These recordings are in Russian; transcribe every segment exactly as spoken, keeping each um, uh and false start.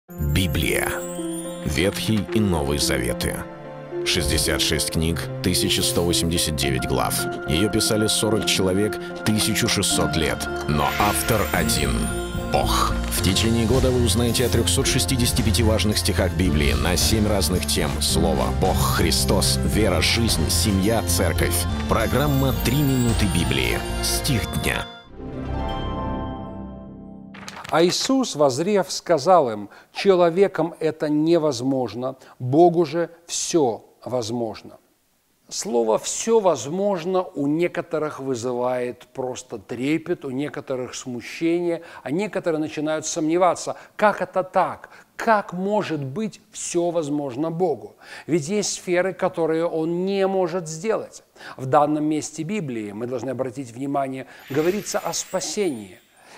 Библия. Ветхий и Новый Заветы. шестьдесят шесть книг, тысяча сто восемьдесят девять глав. Ее писали сорок человек, тысяча шестьсот лет. Но автор один — Бог. В течение года вы узнаете о трёхстах шестидесяти пяти важных стихах Библии на семь разных тем. Слово, Бог, Христос, вера, жизнь, семья, церковь. Программа «Три минуты Библии». Стих дня. А Иисус, воззрев, сказал им: «Человеком это невозможно, Богу же все возможно». Слово «все возможно» у некоторых вызывает просто трепет, у некоторых смущение, а некоторые начинают сомневаться, как это так, как может быть все возможно Богу? Ведь есть сферы, которые Он не может сделать. В данном месте Библии, мы должны обратить внимание, говорится о спасении.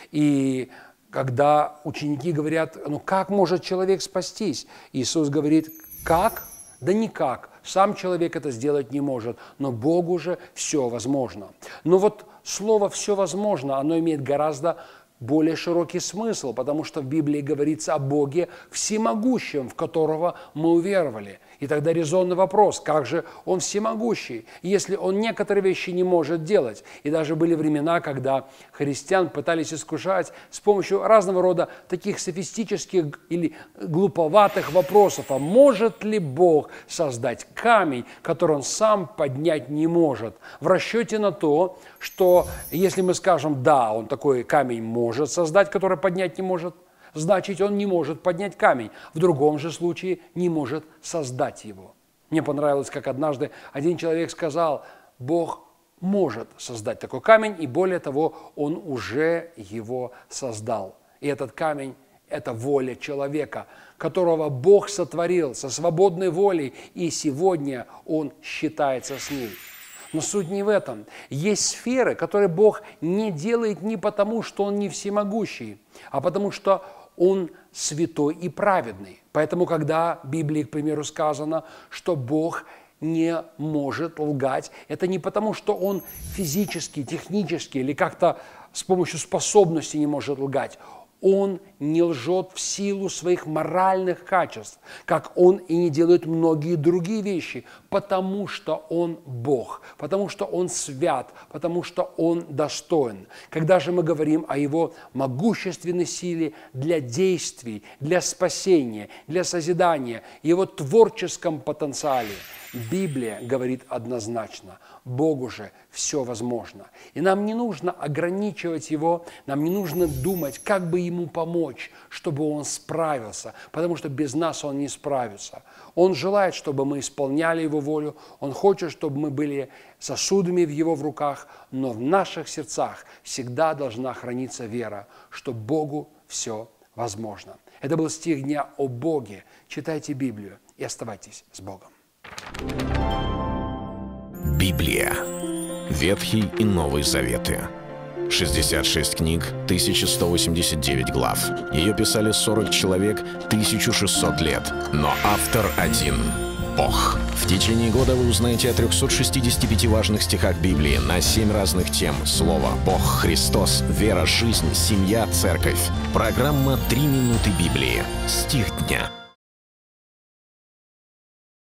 И когда ученики говорят: ну как может человек спастись? Иисус говорит: как? Да никак. Сам человек это сделать не может, но Богу же все возможно. Но вот слово «все возможно», оно имеет гораздо более широкий смысл, потому что в Библии говорится о Боге всемогущем, в которого мы уверовали. И тогда резонный вопрос: как же Он всемогущий, если Он некоторые вещи не может делать? И даже были времена, когда христиан пытались искушать с помощью разного рода таких софистических или глуповатых вопросов. А может ли Бог создать камень, который Он сам поднять не может? В расчете на то, что если мы скажем «да, Он такой камень может создать, который поднять не может», значит, он не может поднять камень. В другом же случае не может создать его. Мне понравилось, как однажды один человек сказал: Бог может создать такой камень, и более того, Он уже его создал. И этот камень – это воля человека, которого Бог сотворил со свободной волей, и сегодня он считается с ней. Но суть не в этом. Есть сферы, которые Бог не делает не потому, что Он не всемогущий, а потому что Он святой и праведный. Поэтому, когда в Библии, к примеру, сказано, что Бог не может лгать, это не потому, что Он физически, технически или как-то с помощью способностей не может лгать. Он не лжет в силу своих моральных качеств, как Он и не делает многие другие вещи, потому что Он Бог, потому что Он свят, потому что Он достоин. Когда же мы говорим о Его могущественной силе для действий, для спасения, для созидания, Его творческом потенциале, Библия говорит однозначно: Богу же все возможно. И нам не нужно ограничивать Его, нам не нужно думать, как бы Ему помочь, чтобы Он справился, потому что без нас Он не справится. Он желает, чтобы мы исполняли Его волю, Он хочет, чтобы мы были сосудами в Его в руках, но в наших сердцах всегда должна храниться вера, что Богу все возможно. Это был стих дня о Боге. Читайте Библию и оставайтесь с Богом. Библия. Ветхий и Новый Заветы. шестьдесят шесть книг, тысяча сто восемьдесят девять глав. Ее писали сорок человек, тысяча шестьсот лет. Но автор один — Бог. В течение года вы узнаете о трёхстах шестидесяти пяти важных стихах Библии на семь разных тем. Слово, Бог, Христос, вера, жизнь, семья, церковь. Программа «Три минуты Библии». Стих дня.